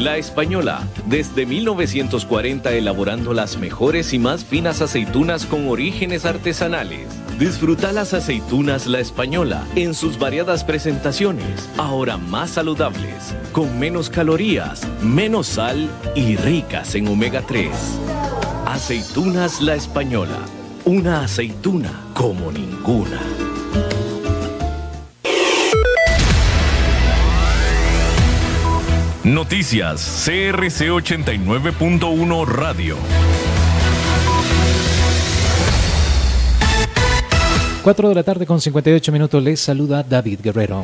La Española, desde 1940 elaborando las mejores y más finas aceitunas con orígenes artesanales. Disfruta las aceitunas La Española en sus variadas presentaciones, ahora más saludables, con menos calorías, menos sal y ricas en omega 3. Aceitunas La Española, una aceituna como ninguna. Noticias CRC 89.1 Radio. 4 de la tarde con 58 minutos. Les saluda David Guerrero.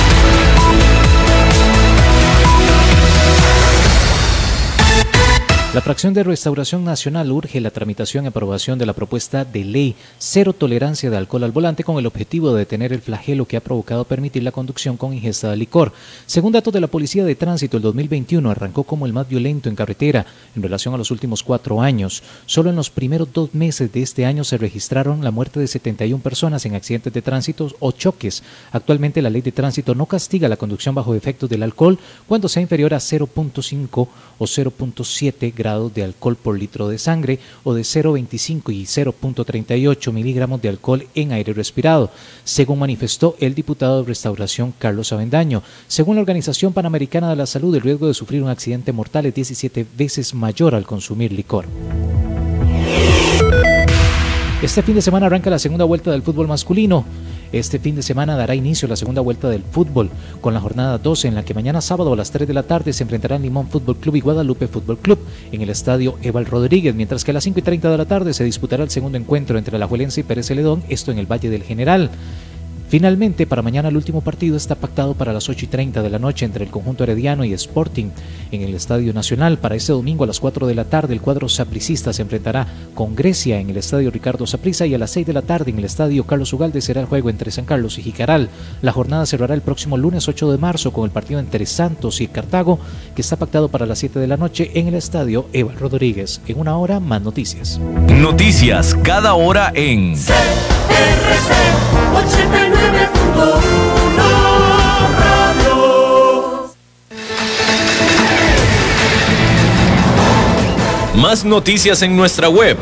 La fracción de Restauración Nacional urge la tramitación y aprobación de la propuesta de ley Cero Tolerancia de Alcohol al Volante con el objetivo de detener el flagelo que ha provocado permitir la conducción con ingesta de licor. Según datos de la Policía de Tránsito, el 2021 arrancó como el más violento en carretera en relación a los últimos 4 años. Solo en los primeros 2 meses de este año se registraron la muerte de 71 personas en accidentes de tránsito o choques. Actualmente la ley de tránsito no castiga la conducción bajo efectos del alcohol cuando sea inferior a 0.5 o 0.7 grados de alcohol por litro de sangre o de 0.25 y 0.38 miligramos de alcohol en aire respirado, según manifestó el diputado de Restauración Carlos Avendaño. Según la Organización Panamericana de la Salud, el riesgo de sufrir un accidente mortal es 17 veces mayor al consumir licor. Este fin de semana arranca la segunda vuelta del fútbol masculino. Este fin de semana dará inicio la segunda vuelta del fútbol, con la jornada 12, en la que mañana sábado a las 3 de la tarde se enfrentarán Limón Fútbol Club y Guadalupe Fútbol Club en el estadio Eval Rodríguez, mientras que a las 5:30 de la tarde se disputará el segundo encuentro entre Alajuelense y Pérez Celedón, esto en el Valle del General. Finalmente, para mañana el último partido está pactado para las 8:30 de la noche entre el conjunto herediano y Sporting en el Estadio Nacional. Para ese domingo a las 4 de la tarde el cuadro sapricista se enfrentará con Grecia en el Estadio Ricardo Saprissa y a las 6 de la tarde en el Estadio Carlos Ugalde será el juego entre San Carlos y Jicaral. La jornada cerrará el próximo lunes 8 de marzo con el partido entre Santos y Cartago, que está pactado para las 7 de la noche en el Estadio Eval Rodríguez. En una hora, más noticias. Noticias cada hora en CRC 89.1 Radio. Más noticias en nuestra web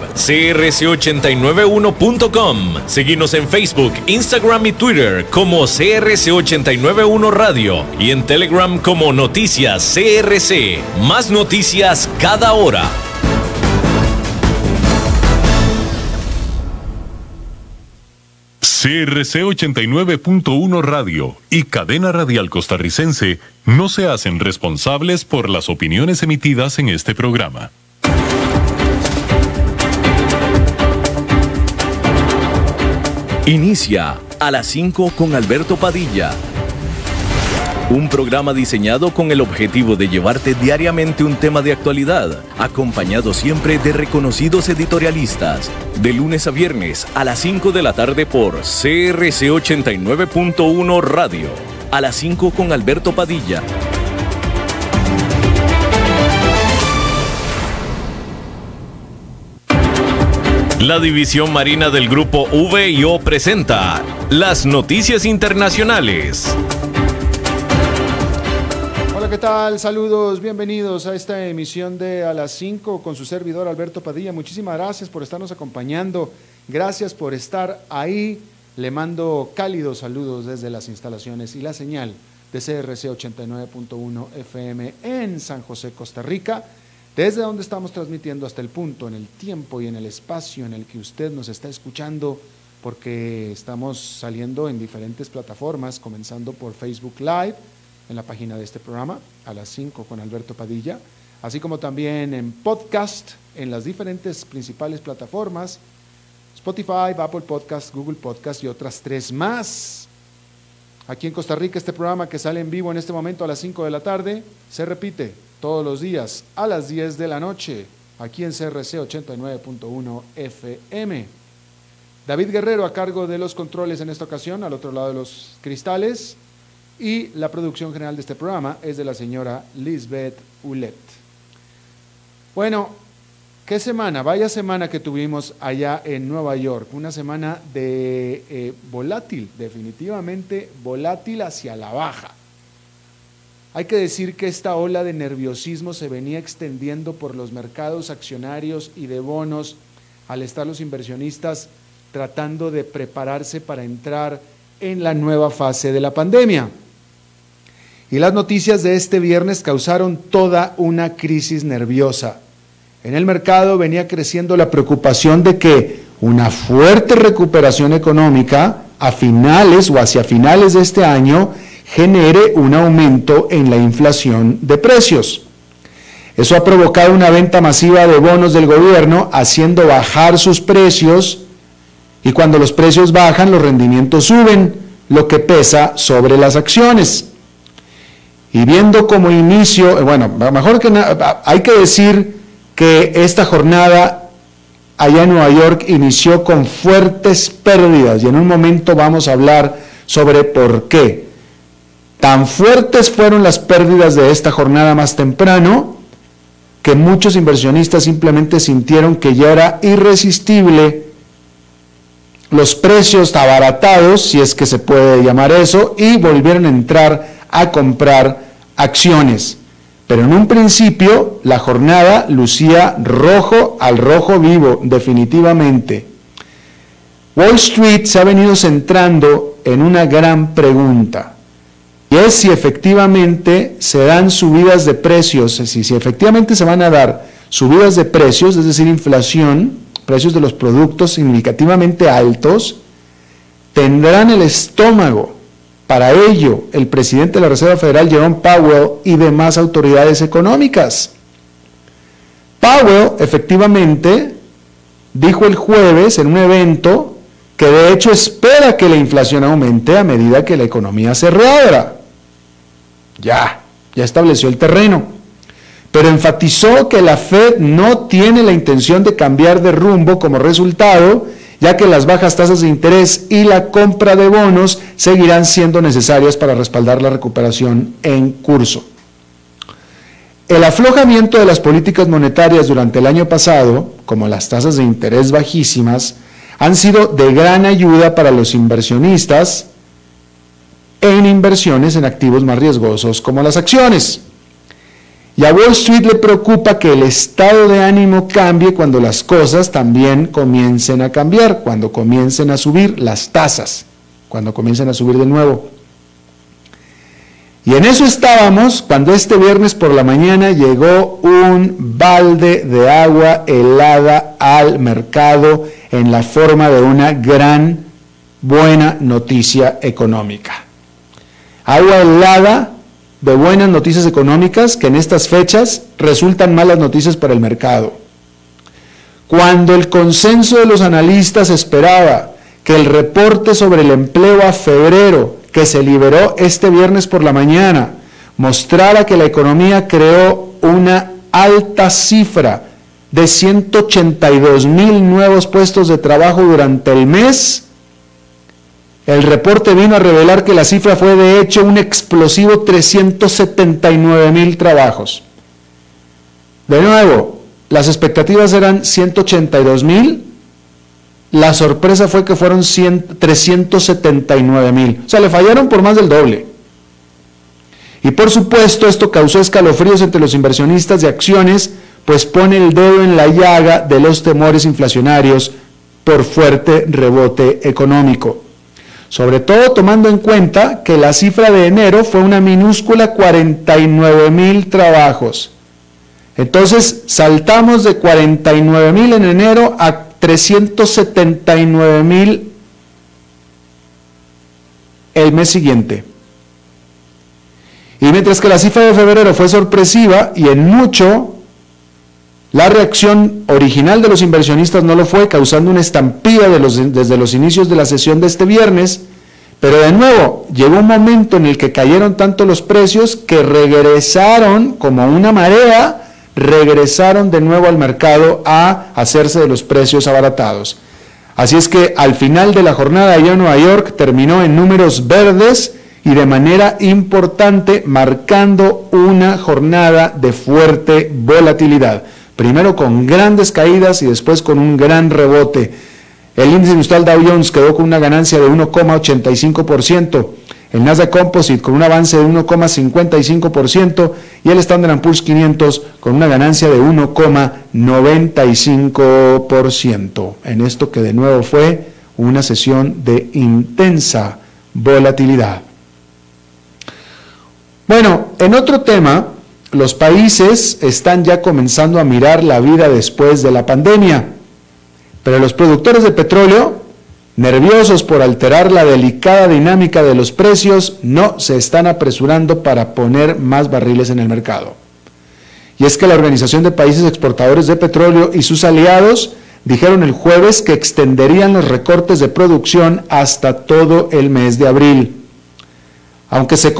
crc891.com. Seguinos en Facebook, Instagram y Twitter como CRC891 Radio y en Telegram como Noticias CRC. Más noticias cada hora. CRC 89.1 Radio y Cadena Radial Costarricense no se hacen responsables por las opiniones emitidas en este programa. Inicia a las 5 con Alberto Padilla. Un programa diseñado con el objetivo de llevarte diariamente un tema de actualidad, acompañado siempre de reconocidos editorialistas, de lunes a viernes a las 5 de la tarde por CRC 89.1 Radio. A las 5 con Alberto Padilla. La División Marina del Grupo VIO presenta las noticias internacionales. Hola, ¿qué tal? Saludos, bienvenidos a esta emisión de A las 5 con su servidor Alberto Padilla. Muchísimas gracias por estarnos acompañando, gracias por estar ahí. Le mando cálidos saludos desde las instalaciones y la señal de CRC 89.1 FM en San José, Costa Rica, desde donde estamos transmitiendo hasta el punto, en el tiempo y en el espacio en el que usted nos está escuchando, porque estamos saliendo en diferentes plataformas, comenzando por Facebook Live, en la página de este programa, A las 5 con Alberto Padilla, así como también en podcast, en las diferentes principales plataformas, Spotify, Apple Podcast, Google Podcast y otras 3 más. Aquí en Costa Rica, este programa que sale en vivo en este momento a las 5 de la tarde, se repite todos los días a las 10 de la noche, aquí en CRC 89.1 FM. David Guerrero a cargo de los controles en esta ocasión, al otro lado de los cristales, y la producción general de este programa es de la señora Lisbeth Ulet. Bueno, ¿qué semana? Vaya semana que tuvimos allá en Nueva York, una semana de volátil, definitivamente volátil hacia la baja. Hay que decir que esta ola de nerviosismo se venía extendiendo por los mercados accionarios y de bonos al estar los inversionistas tratando de prepararse para entrar en la nueva fase de la pandemia. Y las noticias de este viernes causaron toda una crisis nerviosa. En el mercado venía creciendo la preocupación de que una fuerte recuperación económica a finales o hacia finales de este año genere un aumento en la inflación de precios. Eso ha provocado una venta masiva de bonos del gobierno, haciendo bajar sus precios, y cuando los precios bajan, los rendimientos suben, lo que pesa sobre las acciones. Y viendo como inicio, bueno, mejor que nada, hay que decir que esta jornada allá en Nueva York inició con fuertes pérdidas, y en un momento vamos a hablar sobre por qué. Tan fuertes fueron las pérdidas de esta jornada más temprano, que muchos inversionistas simplemente sintieron que ya era irresistible los precios abaratados, si es que se puede llamar eso, y volvieron a entrar a comprar acciones. Pero en un principio la jornada lucía rojo al rojo vivo, definitivamente. Wall Street se ha venido centrando en una gran pregunta, y es si efectivamente se dan subidas de precios, si efectivamente se van a dar subidas de precios, es decir, inflación, precios de los productos significativamente altos. Tendrán el estómago para ello el presidente de la Reserva Federal, Jerome Powell, y demás autoridades económicas. Powell efectivamente dijo el jueves en un evento que de hecho espera que la inflación aumente a medida que la economía se reabra. Ya estableció el terreno. Pero enfatizó que la Fed no tiene la intención de cambiar de rumbo como resultado, ya que las bajas tasas de interés y la compra de bonos seguirán siendo necesarias para respaldar la recuperación en curso. El aflojamiento de las políticas monetarias durante el año pasado, como las tasas de interés bajísimas, han sido de gran ayuda para los inversionistas en inversiones en activos más riesgosos como las acciones. Y a Wall Street le preocupa que el estado de ánimo cambie cuando las cosas también comiencen a cambiar, cuando comiencen a subir las tasas, cuando comiencen a subir de nuevo. Y en eso estábamos cuando este viernes por la mañana llegó un balde de agua helada al mercado en la forma de una gran, buena noticia económica. Agua helada de buenas noticias económicas que en estas fechas resultan malas noticias para el mercado. Cuando el consenso de los analistas esperaba que el reporte sobre el empleo a febrero, que se liberó este viernes por la mañana, mostrara que la economía creó una alta cifra de 182,000 nuevos puestos de trabajo durante el mes, el reporte vino a revelar que la cifra fue de hecho un explosivo 379,000 trabajos. De nuevo, las expectativas eran 182,000, la sorpresa fue que fueron 379,000, o sea, le fallaron por más del doble. Y por supuesto esto causó escalofríos entre los inversionistas de acciones, pues pone el dedo en la llaga de los temores inflacionarios por fuerte rebote económico. Sobre todo tomando en cuenta que la cifra de enero fue una minúscula 49,000 trabajos. Entonces saltamos de 49,000 en enero a 379,000 el mes siguiente. Y mientras que la cifra de febrero fue sorpresiva y en mucho, la reacción original de los inversionistas no lo fue, causando una estampida desde los inicios de la sesión de este viernes, pero de nuevo llegó un momento en el que cayeron tanto los precios que regresaron como una marea, regresaron de nuevo al mercado a hacerse de los precios abaratados. Así es que al final de la jornada allá en Nueva York terminó en números verdes y de manera importante marcando una jornada de fuerte volatilidad. Primero con grandes caídas y después con un gran rebote. El índice industrial Dow Jones quedó con una ganancia de 1,85%. el Nasdaq Composite con un avance de 1,55% y el Standard & Poor's 500 con una ganancia de 1,95%. En esto que de nuevo fue una sesión de intensa volatilidad. Bueno, en otro tema, los países están ya comenzando a mirar la vida después de la pandemia, pero los productores de petróleo, nerviosos por alterar la delicada dinámica de los precios, no se están apresurando para poner más barriles en el mercado. Y es que la Organización de Países Exportadores de Petróleo y sus aliados dijeron el jueves que extenderían los recortes de producción hasta todo el mes de abril. Aunque se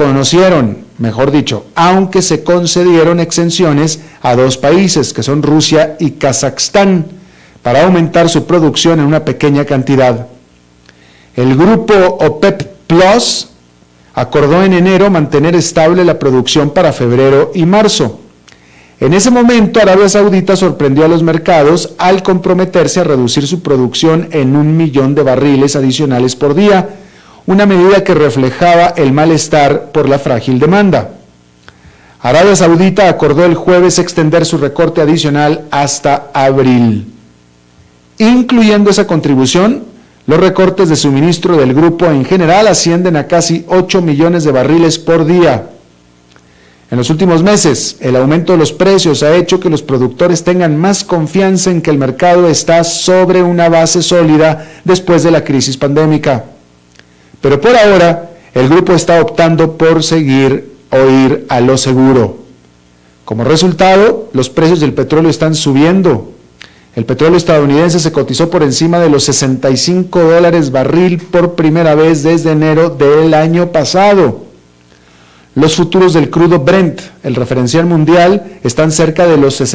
concedieron exenciones a dos países, que son Rusia y Kazajstán, para aumentar su producción en una pequeña cantidad. El grupo OPEP Plus acordó en enero mantener estable la producción para febrero y marzo. En ese momento, Arabia Saudita sorprendió a los mercados al comprometerse a reducir su producción en 1 millón de barriles adicionales por día, una medida que reflejaba el malestar por la frágil demanda. Arabia Saudita acordó el jueves extender su recorte adicional hasta abril. Incluyendo esa contribución, los recortes de suministro del grupo en general ascienden a casi 8 millones de barriles por día. En los últimos meses, el aumento de los precios ha hecho que los productores tengan más confianza en que el mercado está sobre una base sólida después de la crisis pandémica. Pero por ahora, el grupo está optando por seguir o ir a lo seguro. Como resultado, los precios del petróleo están subiendo. El petróleo estadounidense se cotizó por encima de los $65 barril por primera vez desde enero del año pasado. Los futuros del crudo Brent, el referencial mundial, están cerca de los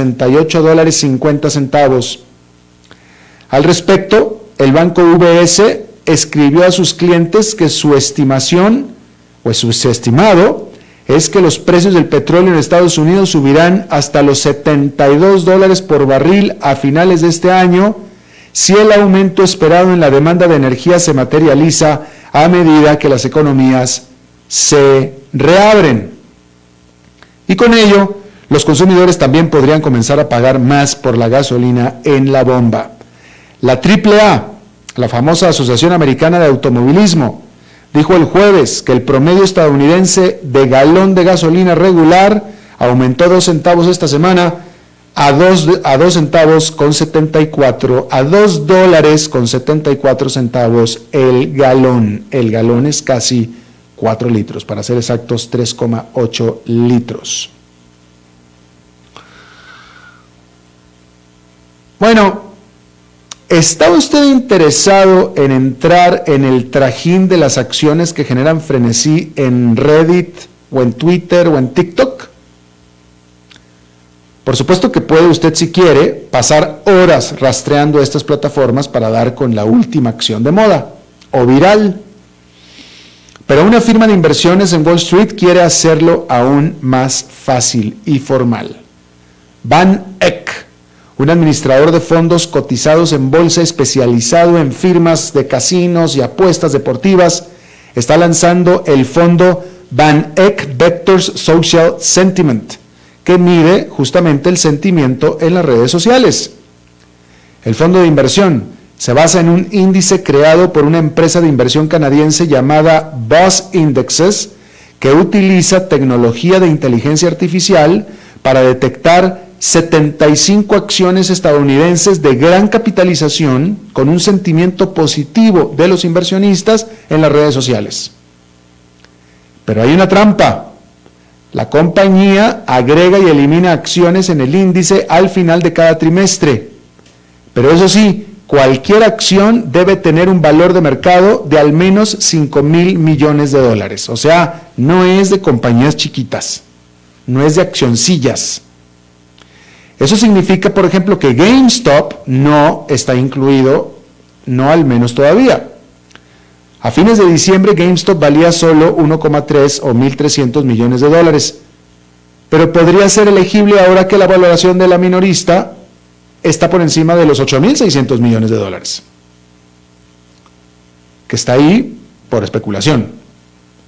$68.50. Al respecto, el banco UBS escribió a sus clientes que su estimación, o su estimado, es que los precios del petróleo en Estados Unidos subirán hasta los $72 por barril a finales de este año, si el aumento esperado en la demanda de energía se materializa a medida que las economías se reabren. Y con ello, los consumidores también podrían comenzar a pagar más por la gasolina en la bomba. La AAA, la famosa Asociación Americana de Automovilismo, dijo el jueves que el promedio estadounidense de galón de gasolina regular aumentó 2 centavos esta semana a $2.74 el galón. El galón es casi 4 litros, para ser exactos 3,8 litros. Bueno, ¿está usted interesado en entrar en el trajín de las acciones que generan frenesí en Reddit, o en Twitter, o en TikTok? Por supuesto que puede usted, si quiere, pasar horas rastreando estas plataformas para dar con la última acción de moda, o viral. Pero una firma de inversiones en Wall Street quiere hacerlo aún más fácil y formal. Van Eck, un administrador de fondos cotizados en bolsa especializado en firmas de casinos y apuestas deportivas, está lanzando el fondo Van Eck Vectors Social Sentiment, que mide justamente el sentimiento en las redes sociales. El fondo de inversión se basa en un índice creado por una empresa de inversión canadiense llamada Buzz Indexes, que utiliza tecnología de inteligencia artificial para detectar 75 acciones estadounidenses de gran capitalización con un sentimiento positivo de los inversionistas en las redes sociales. Pero hay una trampa. La compañía agrega y elimina acciones en el índice al final de cada trimestre. Pero eso sí, cualquier acción debe tener un valor de mercado de al menos $5,000 millones. O sea, no es de compañías chiquitas, no es de accioncillas. Eso significa, por ejemplo, que GameStop no está incluido, no al menos todavía. A fines de diciembre, GameStop valía solo 1,3 o $1.300 millones, pero podría ser elegible ahora que la valoración de la minorista está por encima de los $8.600 millones, que está ahí por especulación.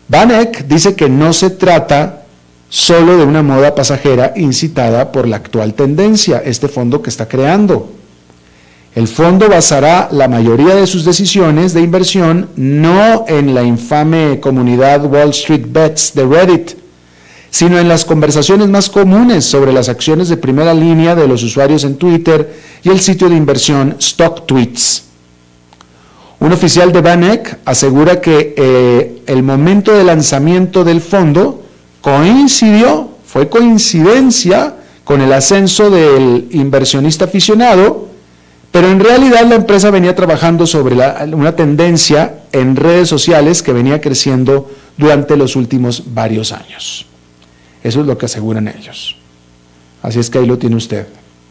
Vanek dice que no se trata solo de una moda pasajera incitada por la actual tendencia, este fondo que está creando. El fondo basará la mayoría de sus decisiones de inversión no en la infame comunidad Wall Street Bets de Reddit, sino en las conversaciones más comunes sobre las acciones de primera línea de los usuarios en Twitter y el sitio de inversión StockTweets. Un oficial de Vanek asegura que el momento de lanzamiento del fondo fue coincidencia con el ascenso del inversionista aficionado, pero en realidad la empresa venía trabajando sobre una tendencia en redes sociales que venía creciendo durante los últimos varios años. Eso es lo que aseguran ellos. Así es que ahí lo tiene usted.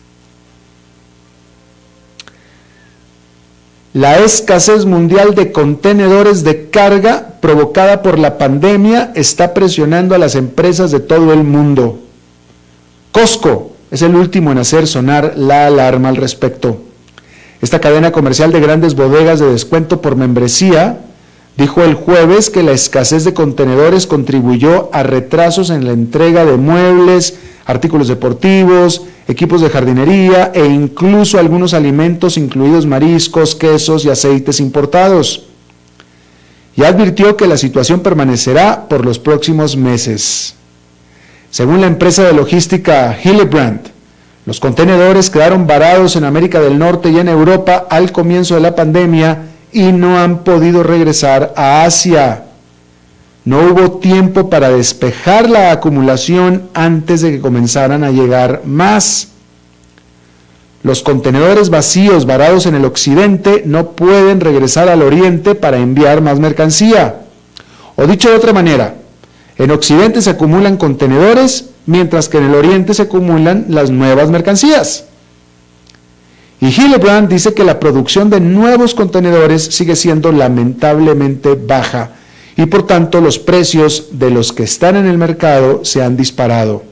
La escasez mundial de contenedores de carga provocada por la pandemia está presionando a las empresas de todo el mundo. Costco es el último en hacer sonar la alarma al respecto. Esta cadena comercial de grandes bodegas de descuento por membresía dijo el jueves que la escasez de contenedores contribuyó a retrasos en la entrega de muebles, artículos deportivos, equipos de jardinería e incluso algunos alimentos, incluidos mariscos, quesos y aceites importados. Y advirtió que la situación permanecerá por los próximos meses. Según la empresa de logística Hillebrand, los contenedores quedaron varados en América del Norte y en Europa al comienzo de la pandemia y no han podido regresar a Asia. No hubo tiempo para despejar la acumulación antes de que comenzaran a llegar más. Los contenedores vacíos varados en el occidente no pueden regresar al oriente para enviar más mercancía. O dicho de otra manera, en occidente se acumulan contenedores, mientras que en el oriente se acumulan las nuevas mercancías. Y Hillebrand dice que la producción de nuevos contenedores sigue siendo lamentablemente baja y por tanto los precios de los que están en el mercado se han disparado.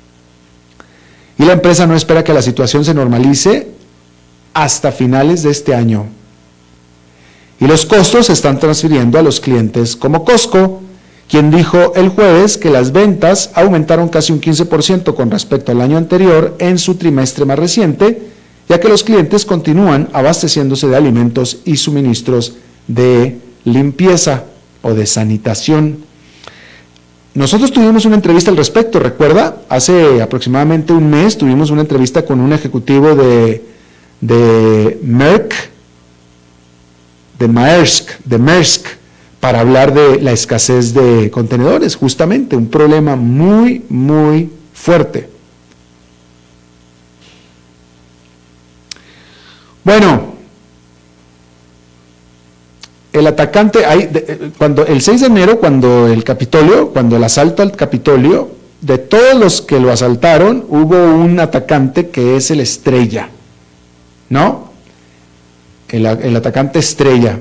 Y la empresa no espera que la situación se normalice hasta finales de este año. Y los costos se están transfiriendo a los clientes como Costco, quien dijo el jueves que las ventas aumentaron casi un 15% con respecto al año anterior en su trimestre más reciente, ya que los clientes continúan abasteciéndose de alimentos y suministros de limpieza o de sanitación. Nosotros tuvimos una entrevista al respecto, ¿recuerda? Hace aproximadamente un mes tuvimos una entrevista con un ejecutivo de Maersk, para hablar de la escasez de contenedores, justamente, un problema muy, muy fuerte. Bueno, el atacante, el 6 de enero, cuando el asalto al Capitolio, de todos los que lo asaltaron, hubo un atacante que es el estrella, ¿no? El atacante estrella.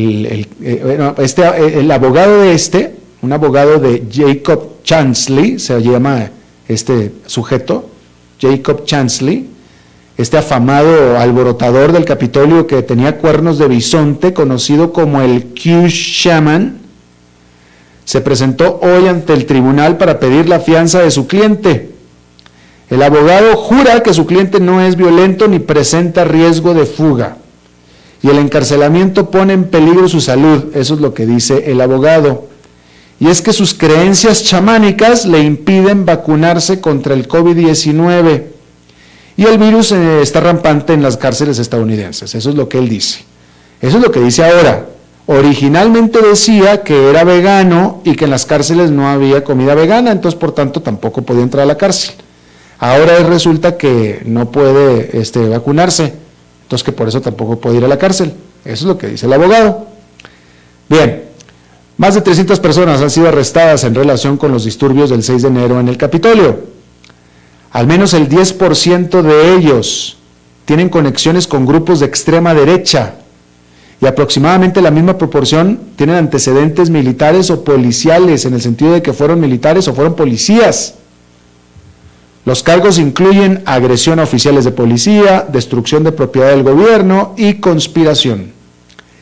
El abogado un abogado de Jacob Chansley, se llama este sujeto, Jacob Chansley, este afamado alborotador del Capitolio que tenía cuernos de bisonte, conocido como el Q-Shaman, se presentó hoy ante el tribunal para pedir la fianza de su cliente. El abogado jura que su cliente no es violento ni presenta riesgo de fuga, y el encarcelamiento pone en peligro su salud, eso es lo que dice el abogado. Y es que sus creencias chamánicas le impiden vacunarse contra el COVID-19, y el virus está rampante en las cárceles estadounidenses, eso es lo que él dice. Eso es lo que dice ahora. Originalmente decía que era vegano y que en las cárceles no había comida vegana, entonces por tanto tampoco podía entrar a la cárcel. Ahora resulta que no puede vacunarse, entonces que por eso tampoco puede ir a la cárcel. Eso es lo que dice el abogado. Bien, más de 300 personas han sido arrestadas en relación con los disturbios del 6 de enero en el Capitolio. Al menos el 10% de ellos tienen conexiones con grupos de extrema derecha y aproximadamente la misma proporción tienen antecedentes militares o policiales, en el sentido de que fueron militares o fueron policías. Los cargos incluyen agresión a oficiales de policía, destrucción de propiedad del gobierno y conspiración.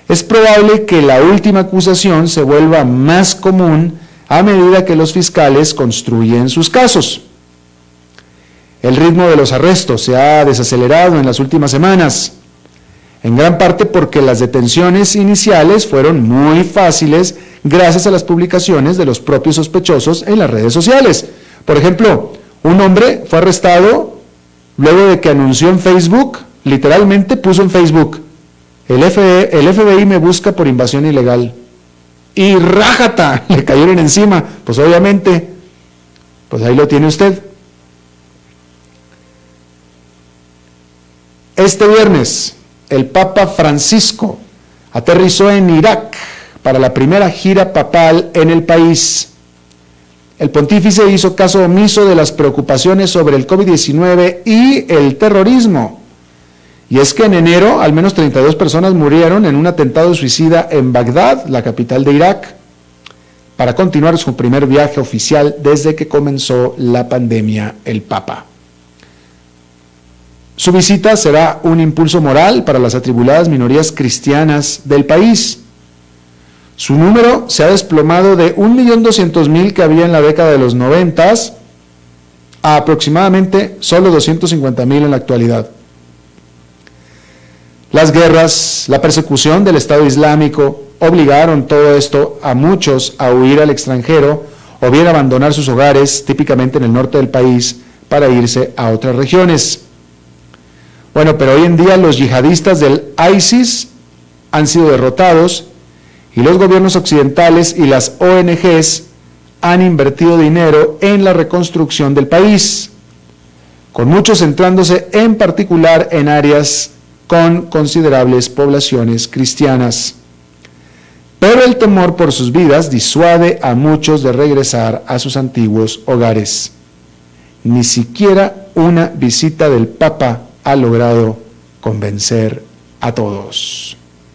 es probable que la última acusación se vuelva más común a medida que los fiscales construyen sus casos. El ritmo de los arrestos se ha desacelerado en las últimas semanas, en gran parte porque las detenciones iniciales fueron muy fáciles gracias a las publicaciones de los propios sospechosos en las redes sociales. Por ejemplo, un hombre fue arrestado luego de que anunció en Facebook, literalmente puso en Facebook, el FBI me busca por invasión ilegal. Y rájata, le cayeron encima. Pues obviamente, pues ahí lo tiene usted. Este viernes, el Papa Francisco aterrizó en Irak para la primera gira papal en el país. El pontífice hizo caso omiso de las preocupaciones sobre el COVID-19 y el terrorismo. Y es que en enero al menos 32 personas murieron en un atentado suicida en Bagdad, la capital de Irak, para continuar su primer viaje oficial desde que comenzó la pandemia el Papa. Su visita será un impulso moral para las atribuladas minorías cristianas del país. Su número se ha desplomado de 1.200.000 que había en la década de los 90 a aproximadamente solo 250.000 en la actualidad. Las guerras, la persecución del Estado Islámico obligaron todo esto a muchos a huir al extranjero o bien abandonar sus hogares, típicamente en el norte del país, para irse a otras regiones. Bueno, pero hoy en día los yihadistas del ISIS han sido derrotados y los gobiernos occidentales y las ONGs han invertido dinero en la reconstrucción del país, con muchos centrándose en particular en áreas con considerables poblaciones cristianas. Pero el temor por sus vidas disuade a muchos de regresar a sus antiguos hogares. Ni siquiera una visita del Papa ha logrado convencer a todos.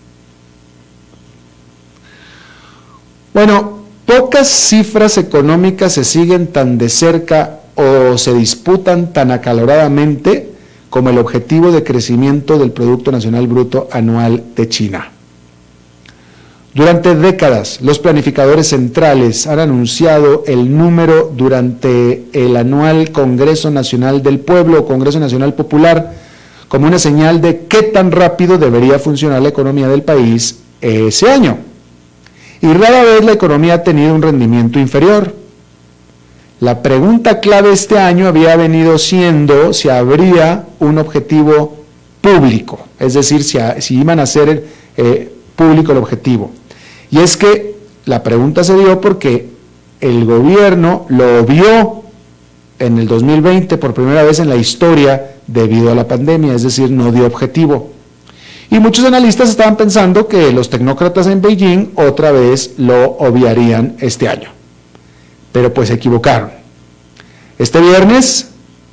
Bueno, pocas cifras económicas se siguen tan de cerca o se disputan tan acaloradamente como el objetivo de crecimiento del Producto Nacional Bruto Anual de China. Durante décadas, los planificadores centrales han anunciado el número durante el anual Congreso Nacional del Pueblo o Congreso Nacional Popular como una señal de qué tan rápido debería funcionar la economía del país ese año. Y rara vez la economía ha tenido un rendimiento inferior. La pregunta clave este año había venido siendo si habría un objetivo público, es decir, si iban a ser público el objetivo. Y es que la pregunta se dio porque el gobierno lo vio en el 2020 por primera vez en la historia debido a la pandemia, es decir, no dio objetivo. Y muchos analistas estaban pensando que los tecnócratas en Beijing otra vez lo obviarían este año. Pero pues se equivocaron. Este viernes,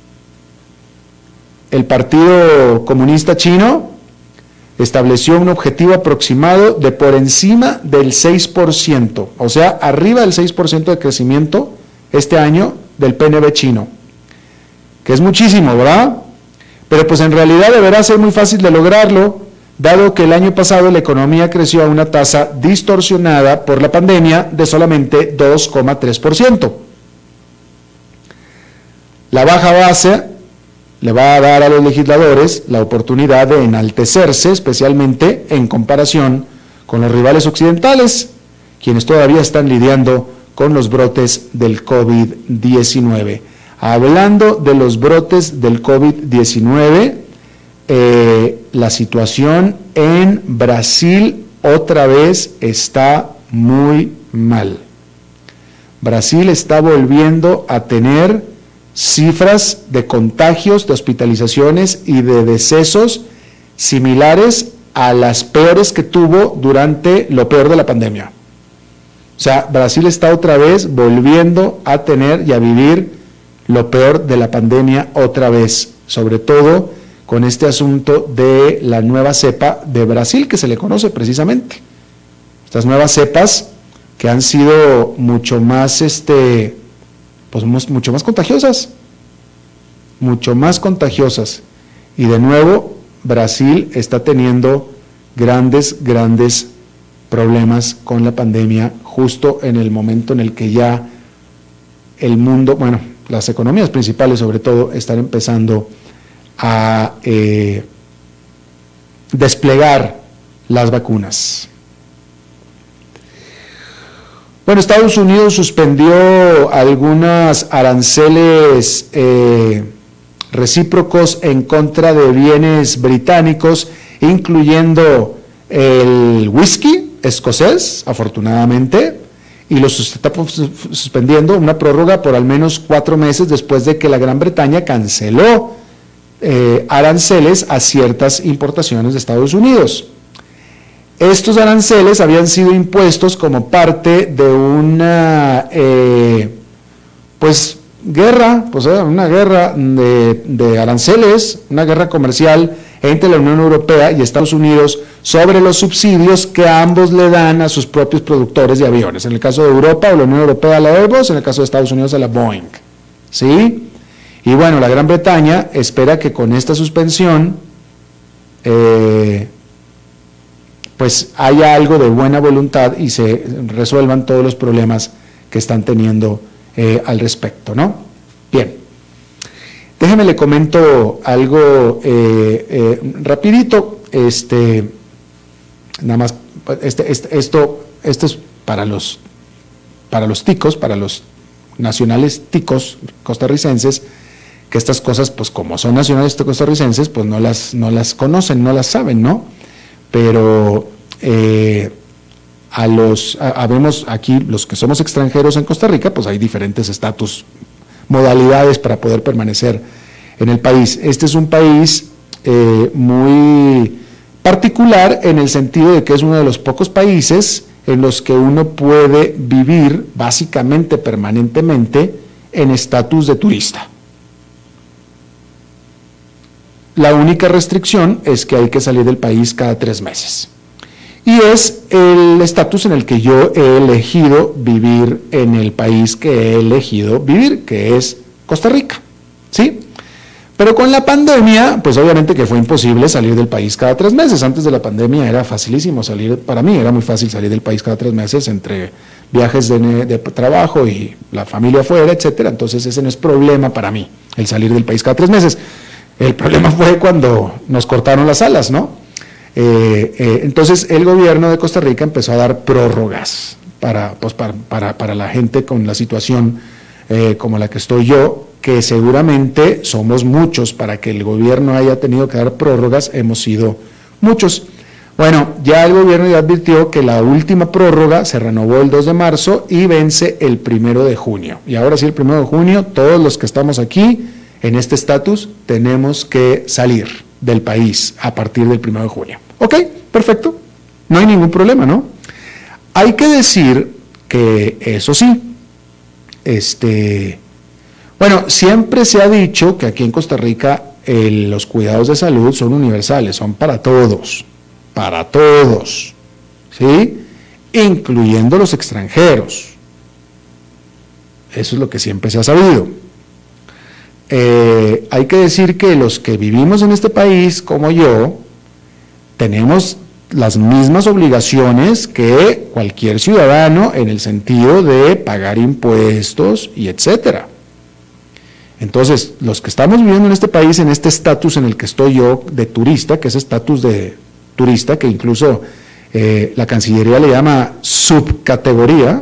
el Partido Comunista Chino estableció un objetivo aproximado de por encima del 6%, o sea, arriba del 6% de crecimiento este año del PNB chino, que es muchísimo, ¿verdad? Pero pues en realidad deberá ser muy fácil de lograrlo, dado que el año pasado la economía creció a una tasa distorsionada por la pandemia de solamente 2,3%. La baja base le va a dar a los legisladores la oportunidad de enaltecerse, especialmente en comparación con los rivales occidentales, quienes todavía están lidiando con los brotes del COVID-19. Hablando de los brotes del COVID-19, la situación en Brasil otra vez está muy mal. Brasil está volviendo a tener cifras de contagios, de hospitalizaciones y de decesos similares a las peores que tuvo durante lo peor de la pandemia. O sea, Brasil está otra vez volviendo a tener y a vivir lo peor de la pandemia otra vez, sobre todo con este asunto de la nueva cepa de Brasil, que se le conoce precisamente. Estas nuevas cepas que han sido mucho más, mucho más contagiosas. Y de nuevo, Brasil está teniendo grandes problemas con la pandemia justo en el momento en el que ya el mundo, bueno, las economías principales sobre todo, están empezando a desplegar las vacunas. Bueno, Estados Unidos suspendió algunos aranceles recíprocos en contra de bienes británicos, incluyendo el whisky escocés, afortunadamente, y los está suspendiendo una prórroga por al menos 4 meses después de que la Gran Bretaña canceló aranceles a ciertas importaciones de Estados Unidos. Estos aranceles habían sido impuestos como parte de una una guerra de aranceles, una guerra comercial entre la Unión Europea y Estados Unidos sobre los subsidios que ambos le dan a sus propios productores de aviones. En el caso de Europa, o la Unión Europea a la Airbus, en el caso de Estados Unidos a la Boeing. ¿Sí? Y bueno, la Gran Bretaña espera que con esta suspensión pues haya algo de buena voluntad y se resuelvan todos los problemas que están teniendo al respecto, ¿no? Bien, déjeme le comento algo rapidito, nada más, esto es para los ticos, para los nacionales ticos costarricenses, que estas cosas, pues como son nacionales costarricenses, pues no las conocen, no las saben, ¿no? Pero habemos aquí los que somos extranjeros en Costa Rica, pues hay diferentes estatus, modalidades para poder permanecer en el país. Este es un país muy particular en el sentido de que es uno de los pocos países en los que uno puede vivir básicamente permanentemente en estatus de turista. La única restricción es que hay que salir del país cada 3 meses. Y es el estatus en el que yo he elegido vivir en el país que he elegido vivir, que es Costa Rica, ¿sí? Pero con la pandemia, pues obviamente que fue imposible salir del país cada 3 meses. Antes de la pandemia era facilísimo salir, para mí era muy fácil salir del país cada 3 meses entre viajes de trabajo y la familia afuera, etcétera. Entonces ese no es problema para mí, el salir del país cada 3 meses. El problema fue cuando nos cortaron las alas, ¿no? Entonces el gobierno de Costa Rica empezó a dar prórrogas para la gente con la situación como la que estoy yo, que seguramente somos muchos. Para que el gobierno haya tenido que dar prórrogas hemos sido muchos. Bueno, ya el gobierno ya advirtió que la última prórroga se renovó el 2 de marzo y vence el 1 de junio. Y ahora sí, el 1 de junio, todos los que estamos aquí en este estatus tenemos que salir del país a partir del 1 de junio. Ok, perfecto, no hay ningún problema, ¿no? Hay que decir que eso sí, bueno, siempre se ha dicho que aquí en Costa Rica los cuidados de salud son universales, son para todos, ¿sí? Incluyendo los extranjeros. Eso es lo que siempre se ha sabido. Hay que decir que los que vivimos en este país, como yo, tenemos las mismas obligaciones que cualquier ciudadano en el sentido de pagar impuestos y etcétera. Entonces, los que estamos viviendo en este país, en este estatus en el que estoy yo de turista, que es estatus de turista, que incluso la Cancillería le llama subcategoría,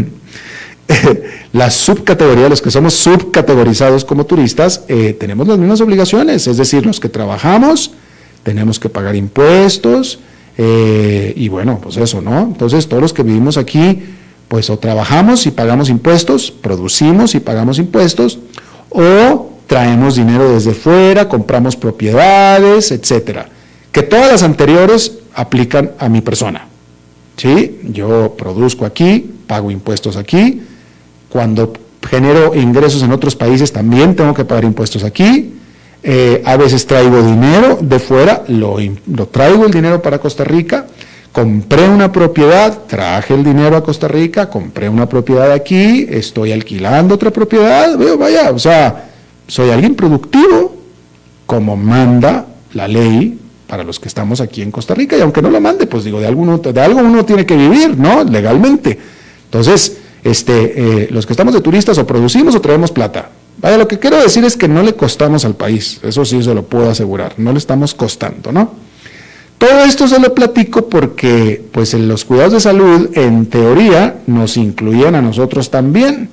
la subcategoría, los que somos subcategorizados como turistas, tenemos las mismas obligaciones, es decir, los que trabajamos tenemos que pagar impuestos, y bueno, pues eso, ¿no? Entonces, todos los que vivimos aquí, pues o trabajamos y pagamos impuestos, producimos y pagamos impuestos, o traemos dinero desde fuera, compramos propiedades, etcétera. Que todas las anteriores aplican a mi persona, ¿sí? Yo produzco aquí, pago impuestos aquí, cuando genero ingresos en otros países también tengo que pagar impuestos aquí, a veces traigo dinero de fuera, lo traigo el dinero para Costa Rica, compré una propiedad, traje el dinero a Costa Rica, compré una propiedad aquí, estoy alquilando otra propiedad, o sea, soy alguien productivo, como manda la ley para los que estamos aquí en Costa Rica, y aunque no lo mande, pues digo, de algo uno tiene que vivir, ¿no? Legalmente. Entonces, los que estamos de turistas o producimos o traemos plata. Vaya, lo que quiero decir es que no le costamos al país, eso sí se lo puedo asegurar, no le estamos costando, ¿no? Todo esto se lo platico porque, pues, en los cuidados de salud, en teoría, nos incluían a nosotros también.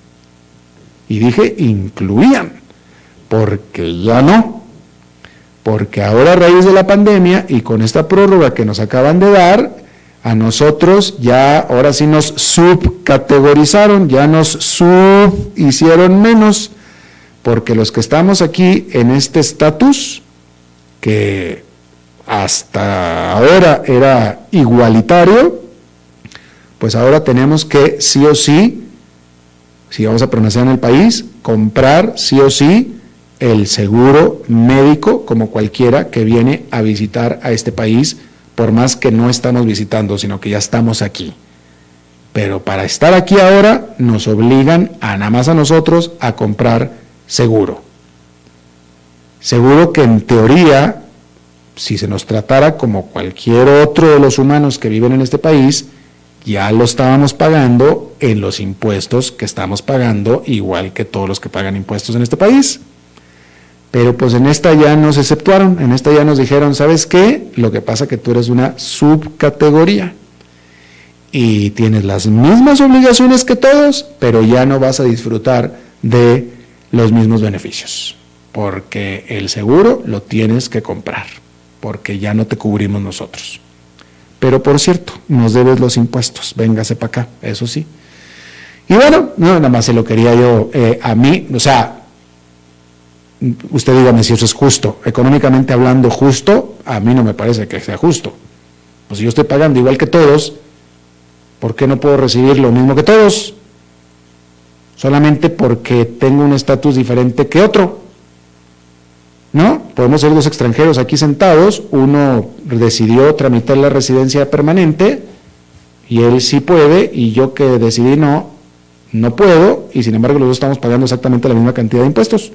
Y dije, incluían, porque ya no. Porque ahora, a raíz de la pandemia y con esta prórroga que nos acaban de dar, a nosotros ya, ahora sí nos subcategorizaron, ya nos hicieron menos, porque los que estamos aquí en este estatus, que hasta ahora era igualitario, pues ahora tenemos que sí o sí, si vamos a permanecer en el país, comprar sí o sí el seguro médico como cualquiera que viene a visitar a este país, por más que no estamos visitando, sino que ya estamos aquí. Pero para estar aquí ahora nos obligan a nada más a nosotros a comprar seguro. Seguro que en teoría, si se nos tratara como cualquier otro de los humanos que viven en este país, ya lo estábamos pagando en los impuestos que estamos pagando, igual que todos los que pagan impuestos en este país. Pero pues en esta ya nos exceptuaron, en esta ya nos dijeron, ¿sabes qué? Lo que pasa es que tú eres una subcategoría y tienes las mismas obligaciones que todos, pero ya no vas a disfrutar de los mismos beneficios, porque el seguro lo tienes que comprar, porque ya no te cubrimos nosotros. Pero por cierto, nos debes los impuestos, véngase para acá, eso sí. Y bueno, no, nada más se lo quería yo a mí, o sea, usted dígame si eso es justo. Económicamente hablando, justo, a mí no me parece que sea justo. Pues si yo estoy pagando igual que todos, ¿por qué no puedo recibir lo mismo que todos? Solamente porque tengo un estatus diferente que otro. ¿No? Podemos ser dos extranjeros aquí sentados, uno decidió tramitar la residencia permanente y él sí puede, y yo que decidí no puedo, y sin embargo los dos estamos pagando exactamente la misma cantidad de impuestos.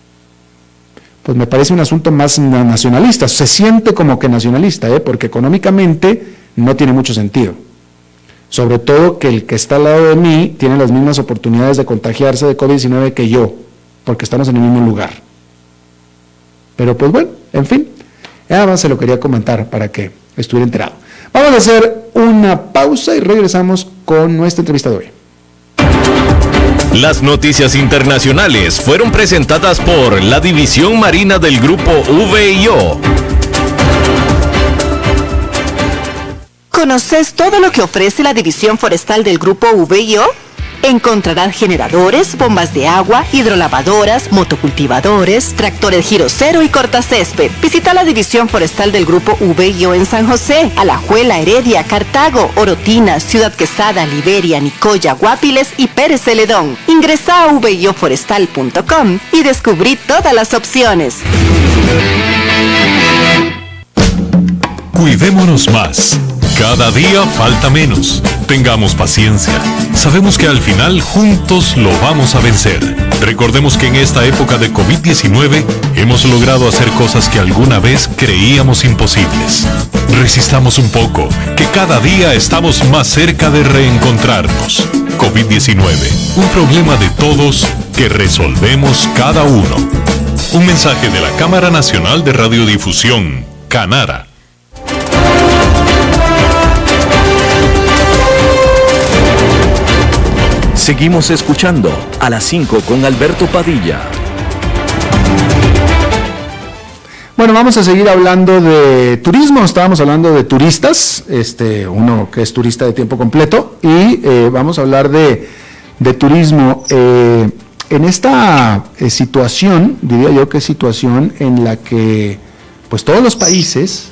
Pues me parece un asunto más nacionalista, se siente como que nacionalista, porque económicamente no tiene mucho sentido. Sobre todo que el que está al lado de mí tiene las mismas oportunidades de contagiarse de COVID-19 que yo, porque estamos en el mismo lugar. Pero pues bueno, en fin, nada más se lo quería comentar para que estuviera enterado. Vamos a hacer una pausa y regresamos con nuestra entrevista de hoy. Las noticias internacionales fueron presentadas por la División Marina del Grupo VIO. ¿Conoces todo lo que ofrece la División Forestal del Grupo VIO? Encontrarás generadores, bombas de agua, hidrolavadoras, motocultivadores, tractores giro cero y cortacésped. Visita la División Forestal del Grupo VIO en San José, Alajuela, Heredia, Cartago, Orotina, Ciudad Quesada, Liberia, Nicoya, Guapiles y Pérez Celedón. Ingresa a vioforestal.com y descubrí todas las opciones. Cuidémonos más. Cada día falta menos. Tengamos paciencia. Sabemos que al final juntos lo vamos a vencer. Recordemos que en esta época de COVID-19 hemos logrado hacer cosas que alguna vez creíamos imposibles. Resistamos un poco, que cada día estamos más cerca de reencontrarnos. COVID-19, un problema de todos que resolvemos cada uno. Un mensaje de la Cámara Nacional de Radiodifusión, Canara. Seguimos escuchando a las 5 con Alberto Padilla. Bueno, vamos a seguir hablando de turismo. Estábamos hablando de turistas, uno que es turista de tiempo completo, y vamos a hablar de turismo. En esta situación, diría yo que es situación en la que pues todos los países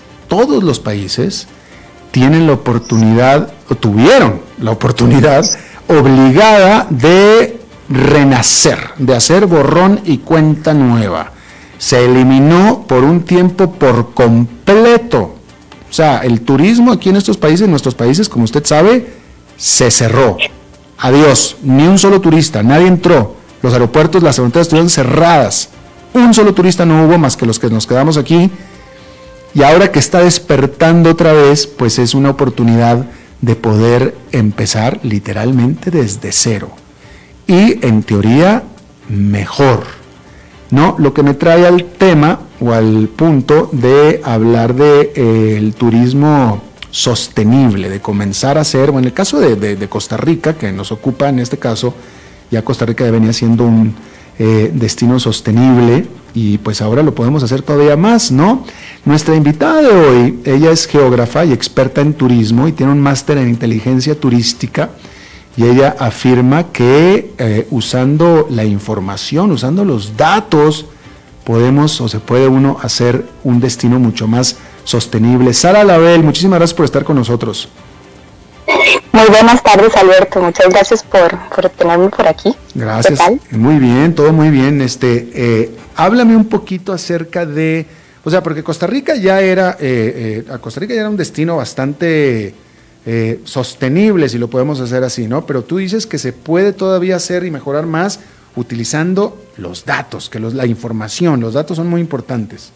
tienen la oportunidad, o tuvieron la oportunidad obligada de renacer, de hacer borrón y cuenta nueva. Se eliminó por un tiempo por completo. O sea, el turismo aquí en estos países, en nuestros países, como usted sabe, se cerró. Adiós, ni un solo turista, nadie entró. Los aeropuertos, las fronteras estuvieron cerradas. Un solo turista no hubo más que los que nos quedamos aquí. y ahora que está despertando otra vez, pues es una oportunidad de poder empezar literalmente desde cero. Y en teoría, mejor, ¿no? Lo que me trae al tema o al punto de hablar de el turismo sostenible, de comenzar a hacer, bueno, en el caso de Costa Rica, que nos ocupa en este caso, ya Costa Rica ya venía siendo un destino sostenible y pues ahora lo podemos hacer todavía más, ¿no? Nuestra invitada de hoy, ella es geógrafa y experta en turismo y tiene un máster en inteligencia turística y ella afirma que usando la información, usando los datos, podemos o se puede uno hacer un destino mucho más sostenible. Sara Label, muchísimas gracias por estar con nosotros. Muy buenas tardes, Alberto. Muchas gracias por tenerme por aquí. Gracias. ¿Qué tal? Muy bien, todo muy bien. Háblame un poquito acerca de, o sea, porque Costa Rica ya era un destino bastante sostenible, si lo podemos hacer así, ¿no? Pero tú dices que se puede todavía hacer y mejorar más utilizando los datos, la información, los datos son muy importantes.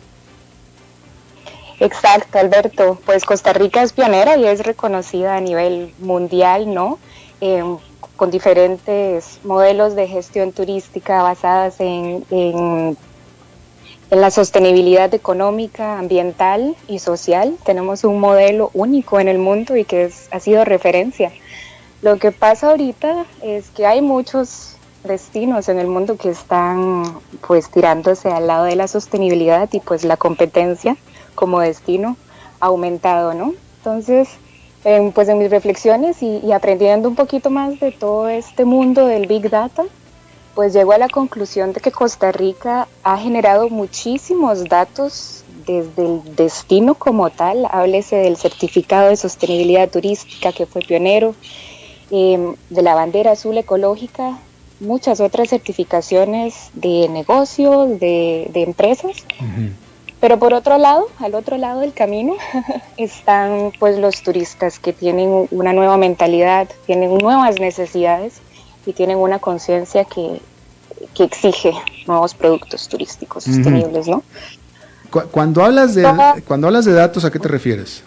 Exacto, Alberto. Pues Costa Rica es pionera y es reconocida a nivel mundial, ¿no? Con diferentes modelos de gestión turística basadas en la sostenibilidad económica, ambiental y social. Tenemos un modelo único en el mundo y que ha sido referencia. Lo que pasa ahorita es que hay muchos destinos en el mundo que están pues tirándose al lado de la sostenibilidad y pues la competencia como destino ha aumentado, ¿no? Entonces, pues en mis reflexiones y aprendiendo un poquito más de todo este mundo del Big Data, pues llego a la conclusión de que Costa Rica ha generado muchísimos datos desde el destino como tal, háblese del certificado de sostenibilidad turística que fue pionero, de la bandera azul ecológica, muchas otras certificaciones de negocios, de empresas. Uh-huh. Pero por otro lado, al otro lado del camino, están pues los turistas que tienen una nueva mentalidad, tienen nuevas necesidades y tienen una conciencia que exige nuevos productos turísticos sostenibles, ¿no? Cuando hablas de datos, ¿a qué te refieres?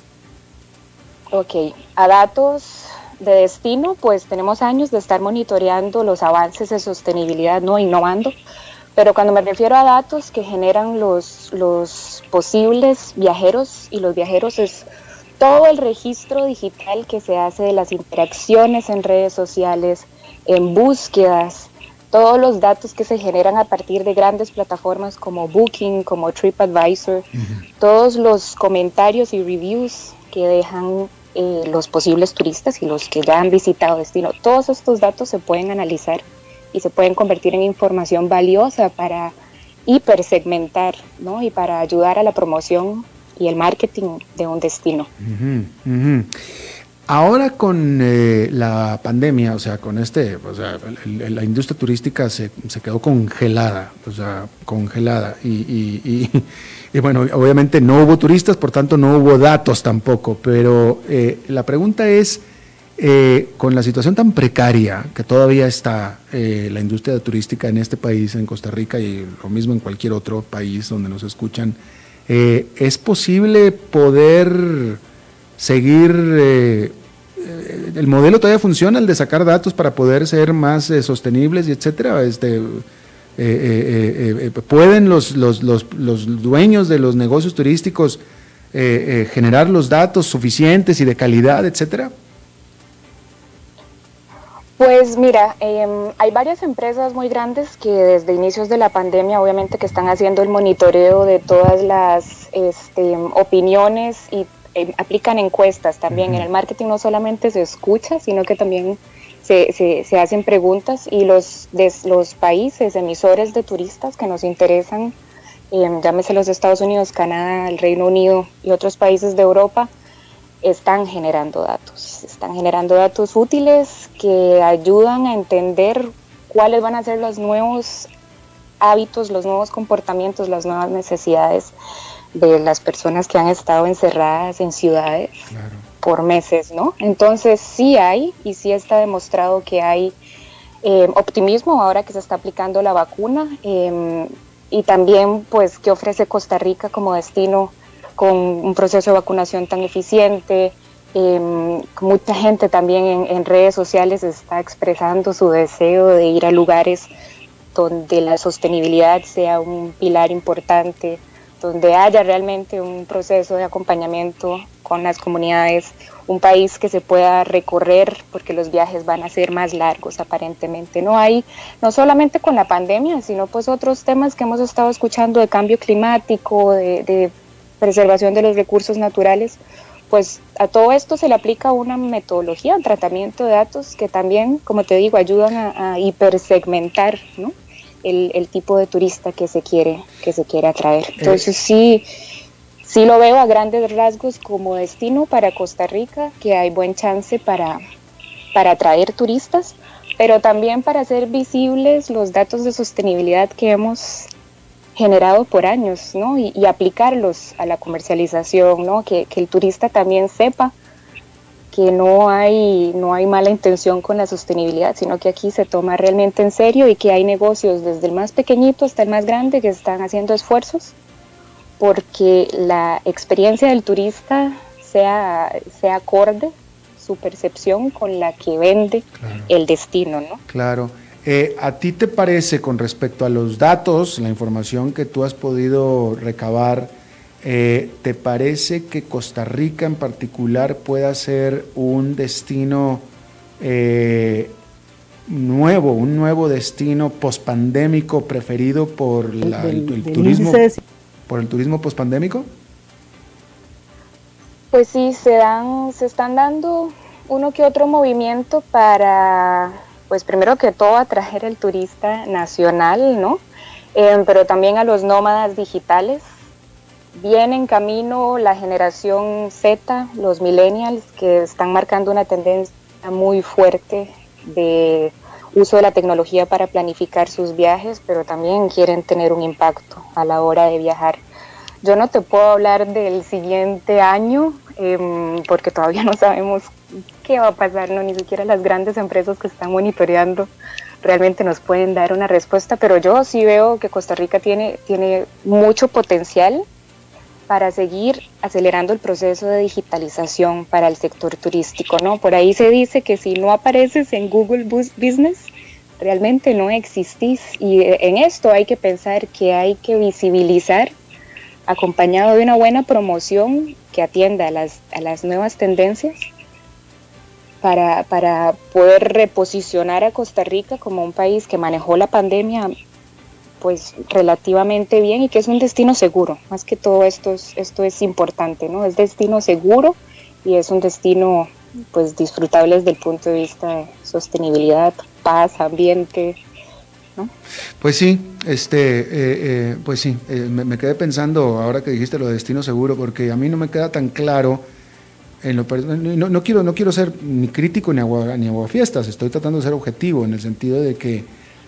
Ok, a datos de destino, pues tenemos años de estar monitoreando los avances de sostenibilidad, ¿no? Innovando. Pero cuando me refiero a datos que generan los posibles viajeros, y los viajeros es todo el registro digital que se hace de las interacciones en redes sociales, en búsquedas, todos los datos que se generan a partir de grandes plataformas como Booking, como TripAdvisor, todos los comentarios y reviews que dejan los posibles turistas y los que ya han visitado destino. Todos estos datos se pueden analizar y se pueden convertir en información valiosa para hipersegmentar, ¿no? Y para ayudar a la promoción y el marketing de un destino. Ahora con la pandemia, o sea, con la industria turística se quedó congelada, y bueno, obviamente no hubo turistas, por tanto no hubo datos tampoco, pero la pregunta es, con la situación tan precaria que todavía está la industria turística en este país, en Costa Rica, y lo mismo en cualquier otro país donde nos escuchan, ¿es posible poder seguir, el modelo todavía funciona, el de sacar datos para poder ser más sostenibles y etcétera? ¿Pueden los dueños de los negocios turísticos generar los datos suficientes y de calidad, etcétera? Pues mira, hay varias empresas muy grandes que desde inicios de la pandemia obviamente que están haciendo el monitoreo de todas las opiniones y aplican encuestas también. En el marketing no solamente se escucha, sino que también se hacen preguntas y los países emisores de turistas que nos interesan, llámese los Estados Unidos, Canadá, el Reino Unido y otros países de Europa, están generando datos útiles que ayudan a entender cuáles van a ser los nuevos hábitos, los nuevos comportamientos, las nuevas necesidades de las personas que han estado encerradas en ciudades por meses, ¿no? Entonces sí hay, y sí está demostrado que hay optimismo ahora que se está aplicando la vacuna, y también pues que ofrece Costa Rica como destino con un proceso de vacunación tan eficiente. Mucha gente también en redes sociales está expresando su deseo de ir a lugares donde la sostenibilidad sea un pilar importante, donde haya realmente un proceso de acompañamiento con las comunidades, un país que se pueda recorrer, porque los viajes van a ser más largos aparentemente. No solamente con la pandemia, sino pues otros temas que hemos estado escuchando de cambio climático, de preservación de los recursos naturales. Pues a todo esto se le aplica una metodología, un tratamiento de datos que también, como te digo, ayudan a hipersegmentar, ¿no?, el tipo de turista que se quiere atraer. Entonces sí lo veo a grandes rasgos como destino para Costa Rica, que hay buen chance para atraer turistas, pero también para hacer visibles los datos de sostenibilidad que hemos generado por años, ¿no? Y aplicarlos a la comercialización, ¿no? Que el turista también sepa que no hay mala intención con la sostenibilidad, sino que aquí se toma realmente en serio y que hay negocios desde el más pequeñito hasta el más grande que están haciendo esfuerzos porque la experiencia del turista sea acorde su percepción con la que vende el destino, ¿no? Claro. ¿A ti te parece, con respecto a los datos, la información que tú has podido recabar, te parece que Costa Rica en particular pueda ser un destino nuevo, un nuevo destino pospandémico preferido por el turismo, por el turismo pospandémico? Pues sí, se están dando uno que otro movimiento para, pues primero que todo, atraer al turista nacional, ¿no? Pero también a los nómadas digitales. Viene en camino la generación Z, los millennials, que están marcando una tendencia muy fuerte de uso de la tecnología para planificar sus viajes, pero también quieren tener un impacto a la hora de viajar. Yo no te puedo hablar del siguiente año, porque todavía no sabemos qué va a pasar, ¿no? Ni siquiera las grandes empresas que están monitoreando realmente nos pueden dar una respuesta, pero yo sí veo que Costa Rica tiene mucho potencial para seguir acelerando el proceso de digitalización para el sector turístico, ¿no? Por ahí se dice que si no apareces en Google Business, realmente no existís, y en esto hay que pensar que hay que visibilizar, acompañado de una buena promoción que atienda a las nuevas tendencias, para poder reposicionar a Costa Rica como un país que manejó la pandemia pues relativamente bien y que es un destino seguro. Más que todo esto es importante, ¿no? Es destino seguro y es un destino pues disfrutable desde el punto de vista de sostenibilidad, paz, ambiente, ¿no? Pues sí, me quedé pensando ahora que dijiste lo de destino seguro, porque a mí no me queda tan claro. No quiero ser ni crítico ni aguafiestas, estoy tratando de ser objetivo en el sentido de que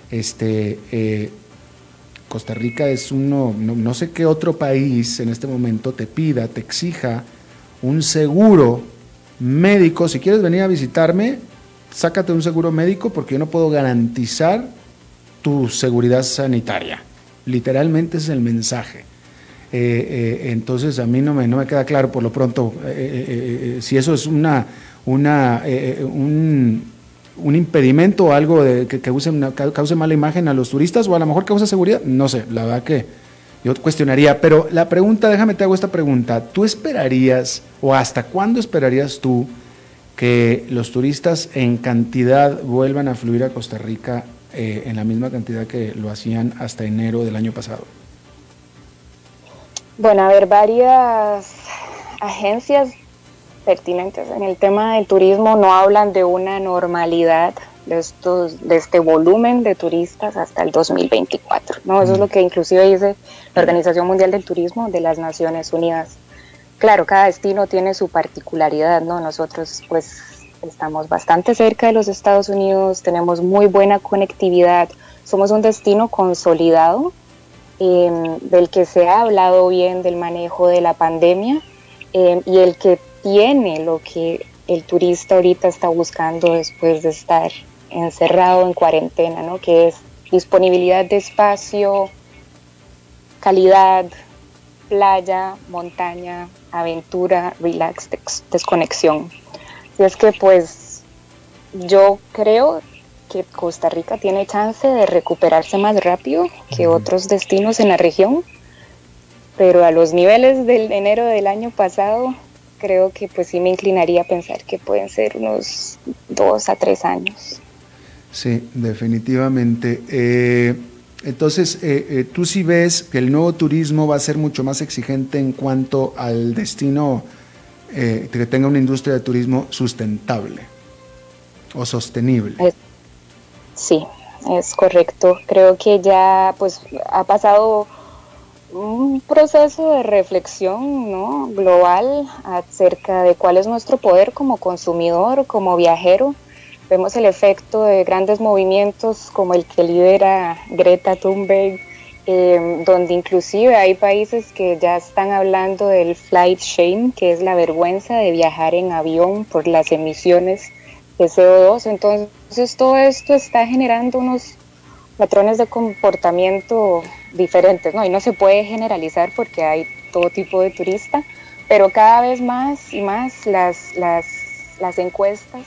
Costa Rica es no sé qué otro país en este momento te exija un seguro médico. Si quieres venir a visitarme, sácate un seguro médico porque yo no puedo garantizar tu seguridad sanitaria. Literalmente ese es el mensaje. Entonces a mí no me queda claro por lo pronto si eso es un impedimento o algo que cause mala imagen a los turistas, o a lo mejor causa seguridad, no sé, la verdad que yo cuestionaría. Pero la pregunta, déjame te hago esta pregunta: ¿tú esperarías o hasta cuándo esperarías tú que los turistas en cantidad vuelvan a fluir a Costa Rica en la misma cantidad que lo hacían hasta enero del año pasado? Bueno, a ver, varias agencias pertinentes en el tema del turismo no hablan de una normalidad de este volumen de turistas hasta el 2024, ¿no? Eso es lo que inclusive dice la Organización Mundial del Turismo de las Naciones Unidas. Claro, cada destino tiene su particularidad, ¿no? Nosotros pues estamos bastante cerca de los Estados Unidos, tenemos muy buena conectividad, somos un destino consolidado, del que se ha hablado bien del manejo de la pandemia, y el que tiene lo que el turista ahorita está buscando después de estar encerrado en cuarentena, ¿no? Que es disponibilidad de espacio, calidad, playa, montaña, aventura, relax, desconexión. Así es que pues yo creo que Costa Rica tiene chance de recuperarse más rápido que otros destinos en la región, pero a los niveles del enero del año pasado, creo que pues sí me inclinaría a pensar que pueden ser unos 2 a 3 años. Sí, definitivamente. Entonces, ¿tú sí ves que el nuevo turismo va a ser mucho más exigente en cuanto al destino que tenga una industria de turismo sustentable o sostenible? Sí, es correcto. Creo que ya pues ha pasado un proceso de reflexión, ¿no?, global acerca de cuál es nuestro poder como consumidor, como viajero. Vemos el efecto de grandes movimientos como el que lidera Greta Thunberg, donde inclusive hay países que ya están hablando del flight shame, que es la vergüenza de viajar en avión por las emisiones de CO2. Entonces todo esto está generando unos patrones de comportamiento diferentes, ¿no? Y no se puede generalizar porque hay todo tipo de turista, pero cada vez más y más las encuestas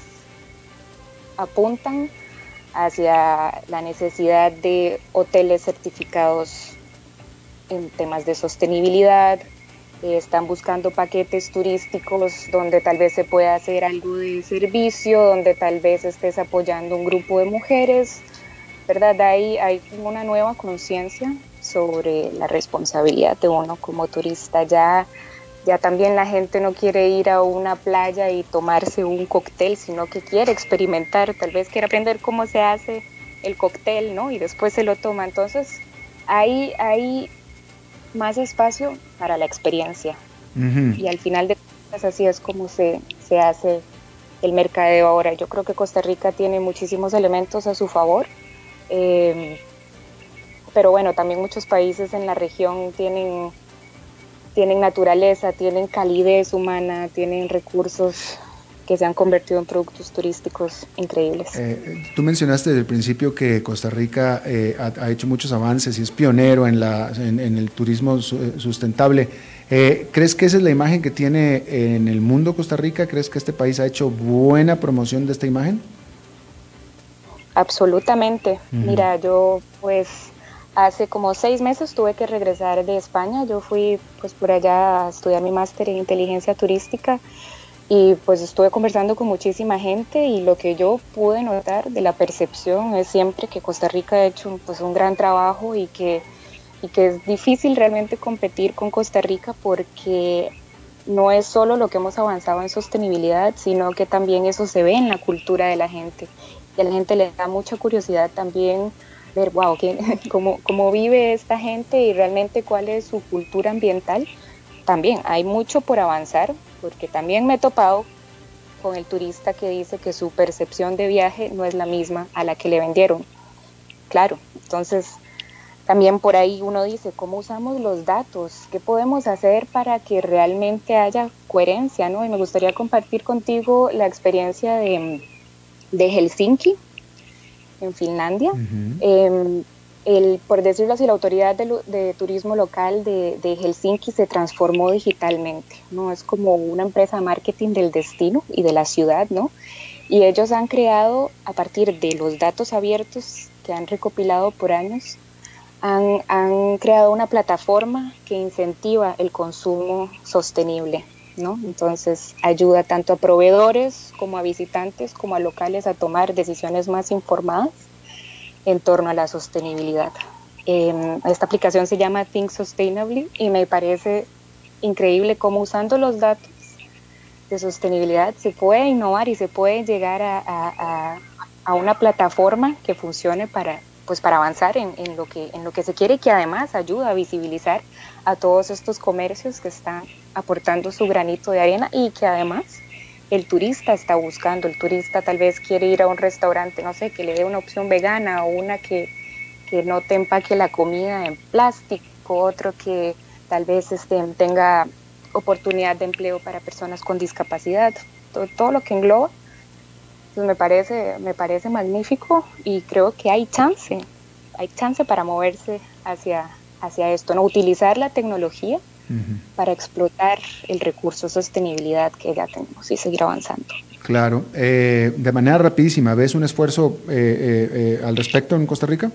apuntan hacia la necesidad de hoteles certificados en temas de sostenibilidad. Están buscando paquetes turísticos donde tal vez se pueda hacer algo de servicio, donde tal vez estés apoyando un grupo de mujeres, ¿verdad? Hay una nueva conciencia sobre la responsabilidad de uno como turista. Ya también la gente no quiere ir a una playa y tomarse un cóctel, sino que quiere experimentar, tal vez quiere aprender cómo se hace el cóctel, ¿no? Y después se lo toma. Entonces hay más espacio para la experiencia. Uh-huh. Y al final de cuentas así es como se hace el mercadeo ahora. Yo creo que Costa Rica tiene muchísimos elementos a su favor, pero bueno, también muchos países en la región tienen naturaleza, tienen calidez humana, tienen recursos que se han convertido en productos turísticos increíbles. Tú mencionaste desde el principio que Costa Rica ha hecho muchos avances y es pionero en el turismo sustentable. ¿Crees que esa es la imagen que tiene en el mundo Costa Rica? ¿Crees que este país ha hecho buena promoción de esta imagen? Absolutamente. Uh-huh. Mira, yo pues hace como 6 meses tuve que regresar de España. Yo fui pues por allá a estudiar mi máster en inteligencia turística y pues estuve conversando con muchísima gente, y lo que yo pude notar de la percepción es siempre que Costa Rica ha hecho pues un gran trabajo y que es difícil realmente competir con Costa Rica, porque no es solo lo que hemos avanzado en sostenibilidad, sino que también eso se ve en la cultura de la gente, y a la gente le da mucha curiosidad también ver, wow, cómo vive esta gente y realmente cuál es su cultura ambiental. También hay mucho por avanzar, porque también me he topado con el turista que dice que su percepción de viaje no es la misma a la que le vendieron. Claro, entonces también por ahí uno dice, ¿cómo usamos los datos? ¿Qué podemos hacer para que realmente haya coherencia, ¿no? Y me gustaría compartir contigo la experiencia de Helsinki, en Finlandia. Uh-huh. Por decirlo así, la autoridad de turismo local de Helsinki se transformó digitalmente, ¿no? Es como una empresa de marketing del destino y de la ciudad, ¿no? Y ellos han creado, a partir de los datos abiertos que han recopilado por años, han creado una plataforma que incentiva el consumo sostenible, ¿no? Entonces ayuda tanto a proveedores como a visitantes como a locales a tomar decisiones más informadas en torno a la sostenibilidad. Esta aplicación se llama Think Sustainably y me parece increíble cómo usando los datos de sostenibilidad se puede innovar y se puede llegar a una plataforma que funcione para avanzar en lo que se quiere, y que además ayuda a visibilizar a todos estos comercios que están aportando su granito de arena, y que además el turista está buscando. El turista tal vez quiere ir a un restaurante, no sé, que le dé una opción vegana, o una que no te empaque la comida en plástico, otro que tal vez tenga oportunidad de empleo para personas con discapacidad, todo lo que engloba. Pues me parece magnífico, y creo que hay chance para moverse hacia esto, ¿no? Utilizar la tecnología para explotar el recurso sostenibilidad que ya tenemos y seguir avanzando. Claro. De manera rapidísima, ¿ves un esfuerzo al respecto en Costa Rica?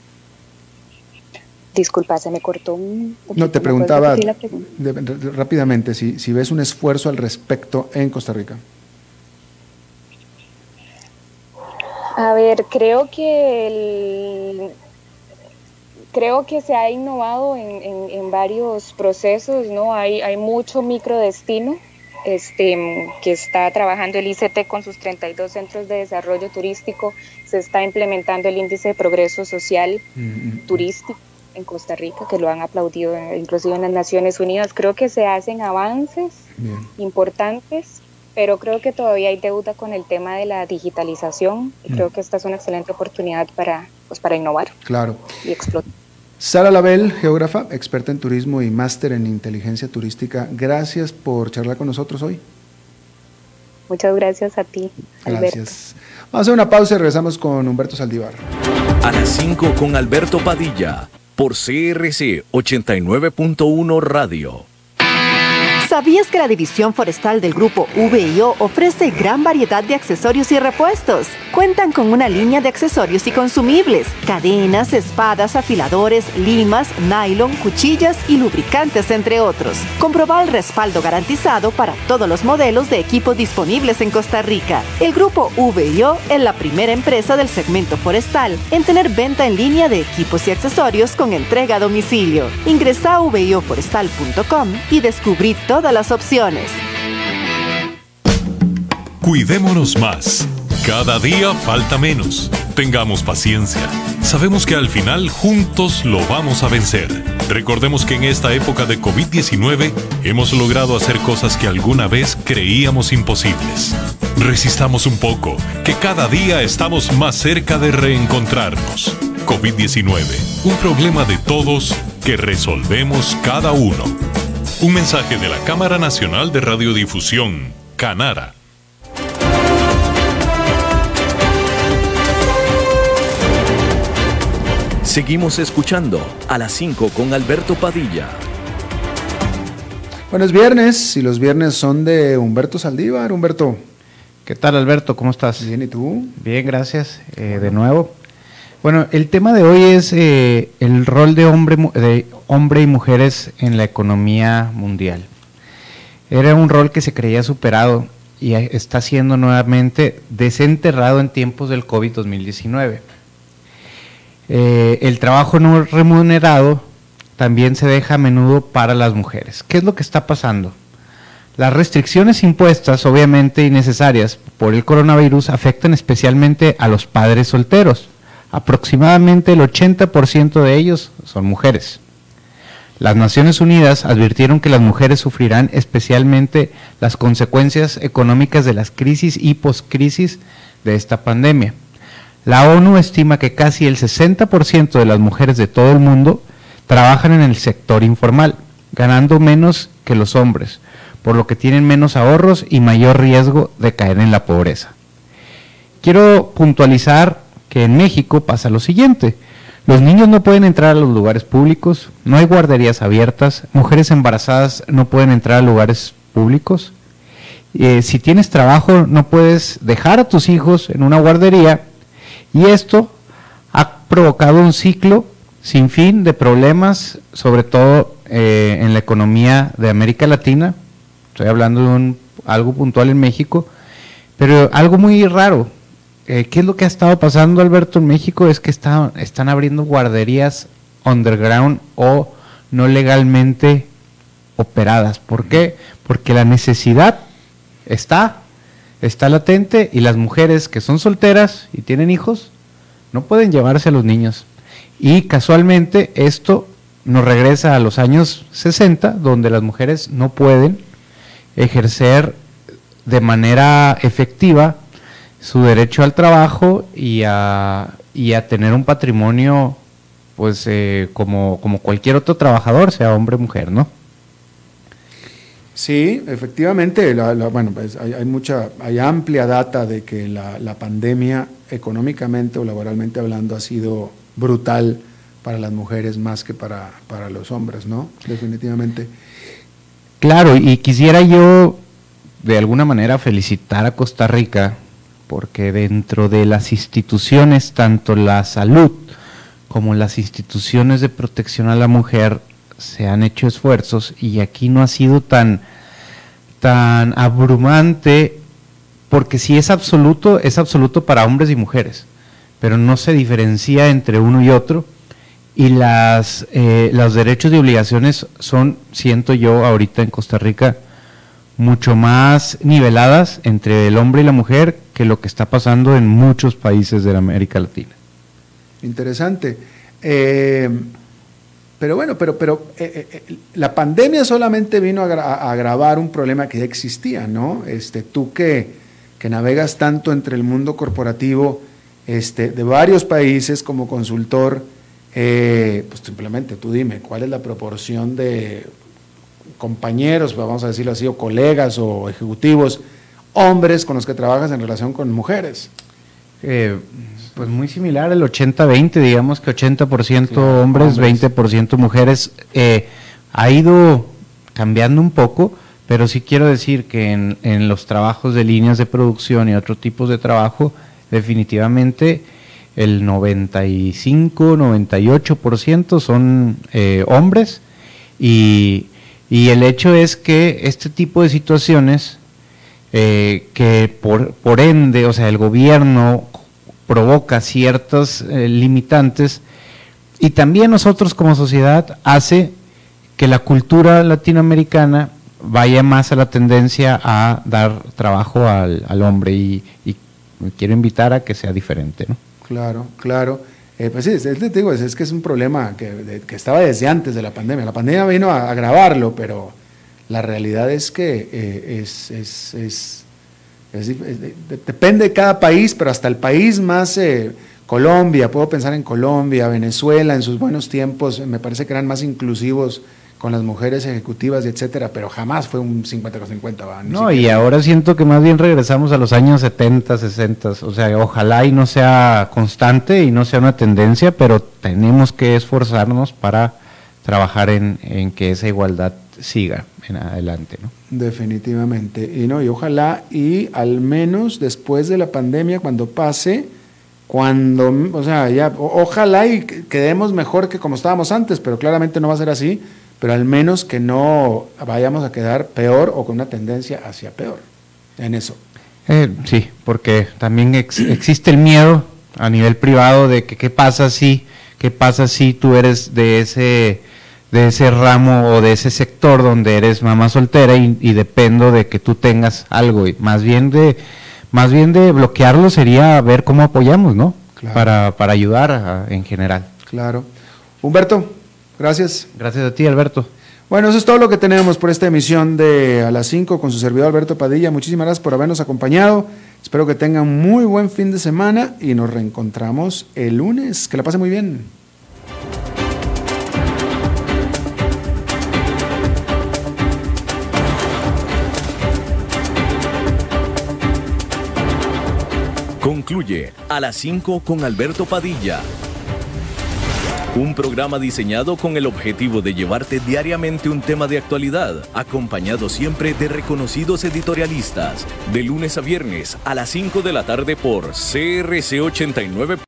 Disculpa, se me cortó un poquito. No, te preguntaba rápidamente si ves un esfuerzo al respecto en Costa Rica. A ver, creo que se ha innovado en varios procesos, ¿no? Hay mucho microdestino que está trabajando el ICT con sus 32 centros de desarrollo turístico. Se está implementando el índice de progreso social turístico en Costa Rica, que lo han aplaudido inclusive en las Naciones Unidas. Creo que se hacen avances importantes, pero creo que todavía hay deuda con el tema de la digitalización y creo que esta es una excelente oportunidad para innovar y explotar. Sara Label, geógrafa, experta en turismo y máster en inteligencia turística, gracias por charlar con nosotros hoy. Muchas gracias a ti, Alberto. Gracias. Vamos a hacer una pausa y regresamos con Humberto Saldívar. A las 5 con Alberto Padilla, por CRC 89.1 Radio. ¿Sabías que la división forestal del grupo VIO ofrece gran variedad de accesorios y repuestos? Cuentan con una línea de accesorios y consumibles, cadenas, espadas, afiladores, limas, nylon, cuchillas y lubricantes, entre otros. Comproba el respaldo garantizado para todos los modelos de equipo disponibles en Costa Rica. El grupo VIO es la primera empresa del segmento forestal en tener venta en línea de equipos y accesorios con entrega a domicilio. Ingresa a vioforestal.com y descubrí todas las opciones. Cuidémonos más. Cada día falta menos. Tengamos paciencia. Sabemos que al final juntos lo vamos a vencer. Recordemos que en esta época de COVID-19 hemos logrado hacer cosas que alguna vez creíamos imposibles. Resistamos un poco, que cada día estamos más cerca de reencontrarnos. COVID-19, un problema de todos que resolvemos cada uno. Un mensaje de la Cámara Nacional de Radiodifusión, Canara. Seguimos escuchando a las 5 con Alberto Padilla. Bueno, es viernes y los viernes son de Humberto Saldívar. Humberto. ¿Qué tal, Alberto? ¿Cómo estás? Bien, ¿y tú? Bien, gracias. De nuevo. Bueno, el tema de hoy es el rol de hombre y mujeres en la economía mundial. Era un rol que se creía superado y está siendo nuevamente desenterrado en tiempos del COVID-2019. El trabajo no remunerado también se deja a menudo para las mujeres. ¿Qué es lo que está pasando? Las restricciones impuestas, obviamente innecesarias por el coronavirus, afectan especialmente a los padres solteros. Aproximadamente el 80% de ellos son mujeres. Las Naciones Unidas advirtieron que las mujeres sufrirán especialmente las consecuencias económicas de las crisis y poscrisis de esta pandemia. La ONU estima que casi el 60% de las mujeres de todo el mundo trabajan en el sector informal, ganando menos que los hombres, por lo que tienen menos ahorros y mayor riesgo de caer en la pobreza. Quiero puntualizar que en México pasa lo siguiente: los niños no pueden entrar a los lugares públicos, no hay guarderías abiertas, mujeres embarazadas no pueden entrar a lugares públicos, si tienes trabajo no puedes dejar a tus hijos en una guardería, y esto ha provocado un ciclo sin fin de problemas, sobre todo en la economía de América Latina. Estoy hablando de algo puntual en México, pero algo muy raro. ¿Qué es lo que ha estado pasando, Alberto, en México? Es que están abriendo guarderías underground o no legalmente operadas. ¿Por qué? Porque la necesidad está latente y las mujeres que son solteras y tienen hijos no pueden llevarse a los niños. Y casualmente esto nos regresa a los años 60, donde las mujeres no pueden ejercer de manera efectiva su derecho al trabajo y a tener un patrimonio, pues como cualquier otro trabajador, sea hombre o mujer, ¿no? Sí, efectivamente, bueno, pues hay amplia data de que la pandemia, económicamente o laboralmente hablando, ha sido brutal para las mujeres más que para los hombres, ¿no? Definitivamente. Claro, y quisiera yo de alguna manera felicitar a Costa Rica, porque dentro de las instituciones, tanto la salud como las instituciones de protección a la mujer, se han hecho esfuerzos y aquí no ha sido tan abrumante, porque si es absoluto para hombres y mujeres, pero no se diferencia entre uno y otro, y los derechos y obligaciones son, siento yo ahorita en Costa Rica, mucho más niveladas entre el hombre y la mujer que lo que está pasando en muchos países de la América Latina. Interesante. Pero bueno, la pandemia solamente vino a agravar un problema que ya existía, ¿no? Tú que navegas tanto entre el mundo corporativo de varios países como consultor, pues simplemente tú dime, ¿cuál es la proporción de compañeros, vamos a decirlo así, o colegas o ejecutivos, hombres con los que trabajas en relación con mujeres? Pues muy similar, el 80-20, digamos que 80% claro, hombres, 20% mujeres. Ha ido cambiando un poco, pero sí quiero decir que en los trabajos de líneas de producción y otros tipos de trabajo, definitivamente el 95-98% son hombres, y el hecho es que este tipo de situaciones, que por ende, o sea, el gobierno provoca ciertas limitantes, y también nosotros como sociedad hace que la cultura latinoamericana vaya más a la tendencia a dar trabajo al hombre, y quiero invitar a que sea diferente, ¿no? Claro. Pues sí, te digo, es que es un problema que estaba desde antes de la pandemia. La pandemia vino a agravarlo, pero la realidad es que depende de cada país, pero hasta el país más, Colombia, puedo pensar en Colombia, Venezuela, en sus buenos tiempos, me parece que eran más inclusivos con las mujeres ejecutivas y etcétera, pero jamás fue un 50-50. No, y ahora siento que más bien regresamos a los años 70, 60, o sea, ojalá y no sea constante y no sea una tendencia, pero tenemos que esforzarnos para trabajar en que esa igualdad siga en adelante, ¿no? Definitivamente, y ojalá, y al menos después de la pandemia, cuando pase, ojalá y quedemos mejor que como estábamos antes, pero claramente no va a ser así, pero al menos que no vayamos a quedar peor o con una tendencia hacia peor en eso. Sí, porque también existe el miedo a nivel privado de que qué pasa si tú eres de ese ramo o de ese sector donde eres mamá soltera y dependo de que tú tengas algo, y más bien de bloquearlo sería ver cómo apoyamos, ¿no? Claro. Para ayudar en general. Claro. Humberto, gracias. Gracias a ti, Alberto. Bueno, eso es todo lo que tenemos por esta emisión de A las 5 con su servidor Alberto Padilla. Muchísimas gracias por habernos acompañado. Espero que tengan muy buen fin de semana y nos reencontramos el lunes. Que la pase muy bien. Concluye A las 5 con Alberto Padilla. Un programa diseñado con el objetivo de llevarte diariamente un tema de actualidad, acompañado siempre de reconocidos editorialistas, de lunes a viernes a las 5 de la tarde por CRC 89.